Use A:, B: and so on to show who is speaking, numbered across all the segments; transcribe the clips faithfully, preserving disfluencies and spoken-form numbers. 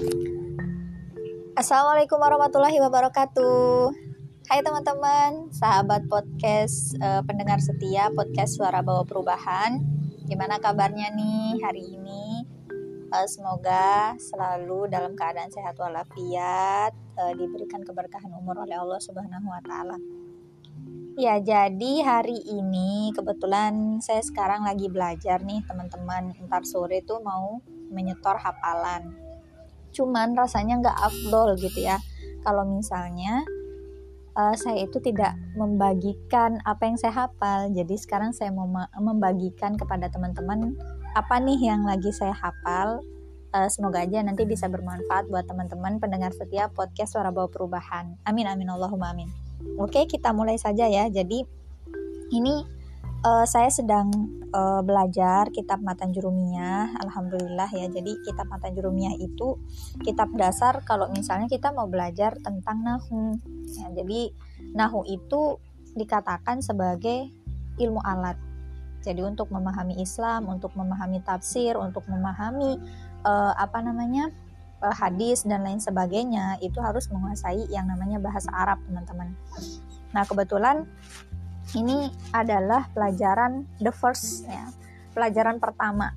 A: Assalamualaikum warahmatullahi wabarakatuh. Hai teman-teman, sahabat podcast, eh, pendengar setia podcast Suara Bawa Perubahan. Gimana kabarnya nih hari ini? Eh, semoga selalu dalam keadaan sehat walafiat, eh, diberikan keberkahan umur oleh Allah Subhanahu wa taala. Ya, jadi hari ini kebetulan saya sekarang lagi belajar nih teman-teman. Ntar sore tuh mau menyetor hafalan. Cuman rasanya nggak afdol gitu ya kalau misalnya uh, saya itu tidak membagikan apa yang saya hafal. Jadi sekarang saya mau membagikan kepada teman-teman apa nih yang lagi saya hafal. Uh, semoga aja nanti bisa bermanfaat buat teman-teman pendengar setia podcast Suara Bawa Perubahan. Amin amin Allahumma amin. Oke, kita mulai saja ya. Jadi ini uh, saya sedang uh, belajar kitab Matan Jurumiyah. Alhamdulillah ya. Jadi kitab Matan Jurumiyah itu kitab dasar kalau misalnya kita mau belajar tentang nahwu. Ya, jadi nahwu itu dikatakan sebagai ilmu alat. Jadi untuk memahami Islam, untuk memahami tafsir, untuk memahami uh, apa namanya uh, hadis dan lain sebagainya, itu harus menguasai yang namanya bahasa Arab, teman-teman. Nah, kebetulan ini adalah pelajaran the first ya, pelajaran pertama.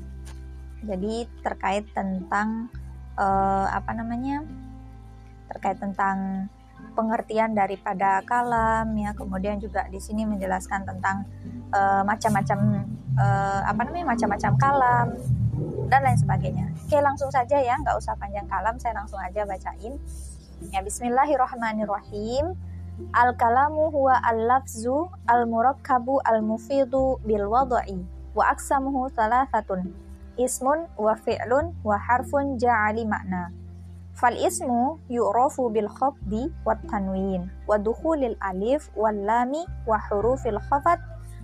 A: Jadi terkait tentang uh, apa namanya? terkait tentang pengertian daripada kalam ya. Kemudian juga di sini menjelaskan tentang uh, macam-macam uh, apa namanya? macam-macam kalam dan lain sebagainya. Oke, langsung saja ya, nggak usah panjang kalam, saya langsung aja bacain. Ya, bismillahirrahmanirrahim. Al-kalamu huwa al-lafzu al-murakkabu al-mufidu bil-wad'i wa aqsamuhu thalathatun ismun wa fi'lun wa harfun ja'ali makna. Fal ismu yu'rafu bil khafdi wat tanwin wa dukhulil alif wal lami wa hurufil khafat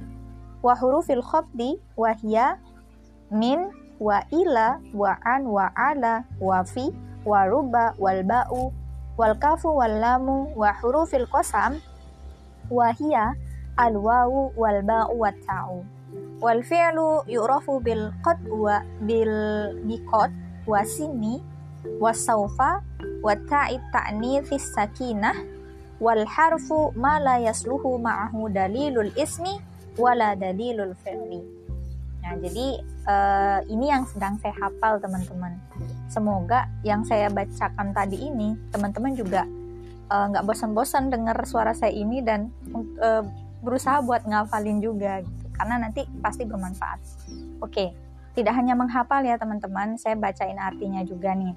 A: wa hurufil khafdi wa hiya min wa ila wa an wa ala wa fi wa ruba wal ba'u wal kafu wal lamu wa hurufil qasam wa hiya al wawu wal ba'u wat ta'u wal fi'lu yu'rafu bil qad wa bil biqad wa sini wa saufa wa ta'it ta'nitsis sakinah wal harfu ma la yasluhu ma'ahu dalilul ismi wala dalilul fi'li. Nah, jadi uh, ini yang sedang saya hafal, teman-teman. Semoga yang saya bacakan tadi ini teman-teman juga nggak uh, bosan-bosan dengar suara saya ini dan uh, berusaha buat ngafalin juga gitu, karena nanti pasti bermanfaat. Oke, tidak hanya menghafal ya teman-teman, saya bacain artinya juga nih.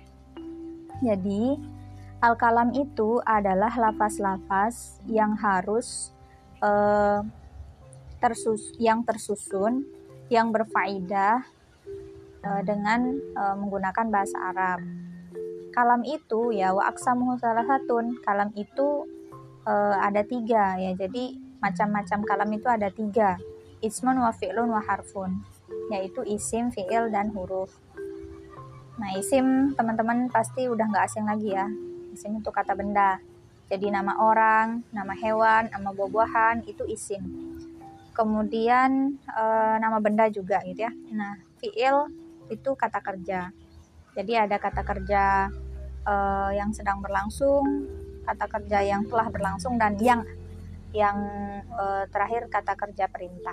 A: Jadi al-kalam itu adalah lafaz-lafaz yang harus uh, tersus yang tersusun, yang berfaedah uh, dengan uh, menggunakan bahasa Arab. Kalam itu ya wa aqsamuhu salasatun. Kalam itu uh, ada tiga ya. Jadi macam-macam kalam itu ada tiga. Ismun wa fi'lun wa harfun. Yaitu isim, fi'il dan huruf. Nah, isim teman-teman pasti udah nggak asing lagi ya. Isim itu kata benda. Jadi nama orang, nama hewan, nama buah-buahan itu isim. Kemudian e, nama benda juga gitu ya. Nah, fi'il itu kata kerja. Jadi ada kata kerja e, yang sedang berlangsung, kata kerja yang telah berlangsung, dan yang yang e, terakhir kata kerja perintah.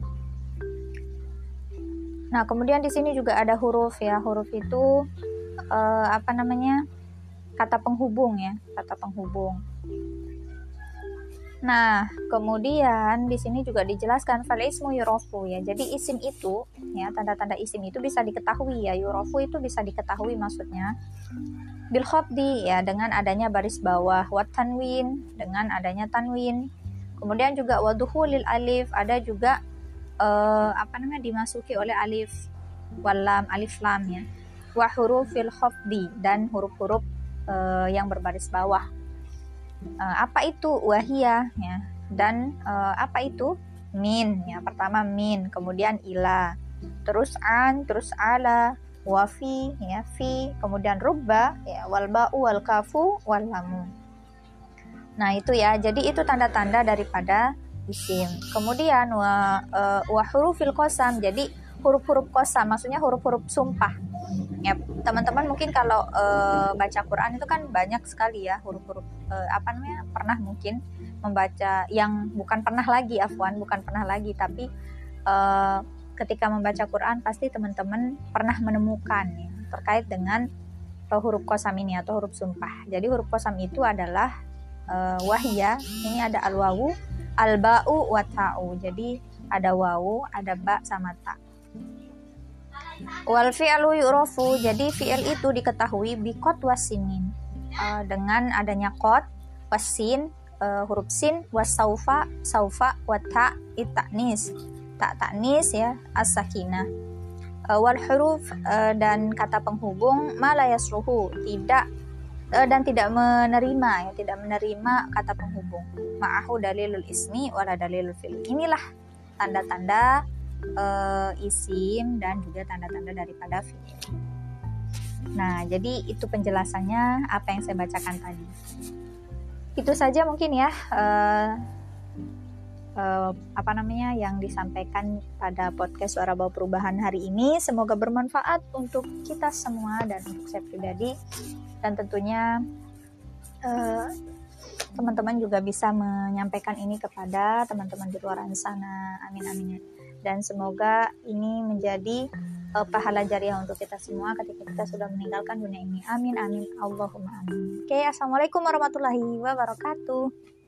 A: Nah, kemudian di sini juga ada huruf ya. Huruf itu e, apa namanya? kata penghubung ya, kata penghubung. Nah, kemudian di sini juga dijelaskan fal ismu yurofu ya. Jadi isim itu ya, tanda-tanda isim itu bisa diketahui ya. Yurofu itu bisa diketahui maksudnya bil khafdi ya, dengan adanya baris bawah, wat tanwin dengan adanya tanwin. Kemudian juga waduhulil alif, ada juga eh, apa namanya dimasuki oleh alif wal lam, alif lam ya. Wa hurufil khafdi, dan huruf-huruf eh, yang berbaris bawah. Uh, apa itu wahia ya, dan uh, apa itu min ya. Pertama min, kemudian ila, terus an, terus ala, wafi ya, fi, kemudian rubba ya, wal ba'u wal kafu wal lamu. Nah, itu ya. Jadi itu tanda-tanda daripada isim. Kemudian wa uh, wa hurufil qasam. Jadi huruf-huruf qasam maksudnya huruf-huruf sumpah. Ya, teman-teman mungkin kalau uh, baca Quran itu kan banyak sekali ya huruf-huruf uh, apa namanya pernah mungkin membaca yang bukan pernah lagi afwan bukan pernah lagi tapi uh, ketika membaca Quran pasti teman-teman pernah menemukan ya, terkait dengan uh, huruf qasam ini atau huruf sumpah. Jadi huruf qasam itu adalah uh, wahya, ini ada al-wawu, al-ba'u wa ta'u. Jadi ada wawu, ada ba sama ta. Wal fi'lu yu'rafu, jadi fi'il itu diketahui biqot wasinin, uh, dengan adanya qot, wasin, uh, huruf sin, wasaufa, saufa, wa ta, ita'nis, ta ta'nis ya, as-sakinah. Uh, wal huruf, uh, dan kata penghubung ma la yasruhu, tidak uh, dan tidak menerima ya, tidak menerima kata penghubung. Ma'ahu dalilul ismi wala dalilul fi'il. Inilah tanda-tanda Uh, isim dan juga tanda-tanda daripada fi'il. Nah, jadi itu penjelasannya apa yang saya bacakan tadi. Itu saja mungkin ya uh, uh, apa namanya yang disampaikan pada podcast Suara Bawa Perubahan hari ini. Semoga bermanfaat untuk kita semua dan untuk saya pribadi, dan tentunya uh, teman-teman juga bisa menyampaikan ini kepada teman-teman di luar sana. Amin amin. Dan semoga ini menjadi uh, pahala jariah untuk kita semua ketika kita sudah meninggalkan dunia ini. Amin amin Allahumma amin. Oke, assalamualaikum warahmatullahi wabarakatuh.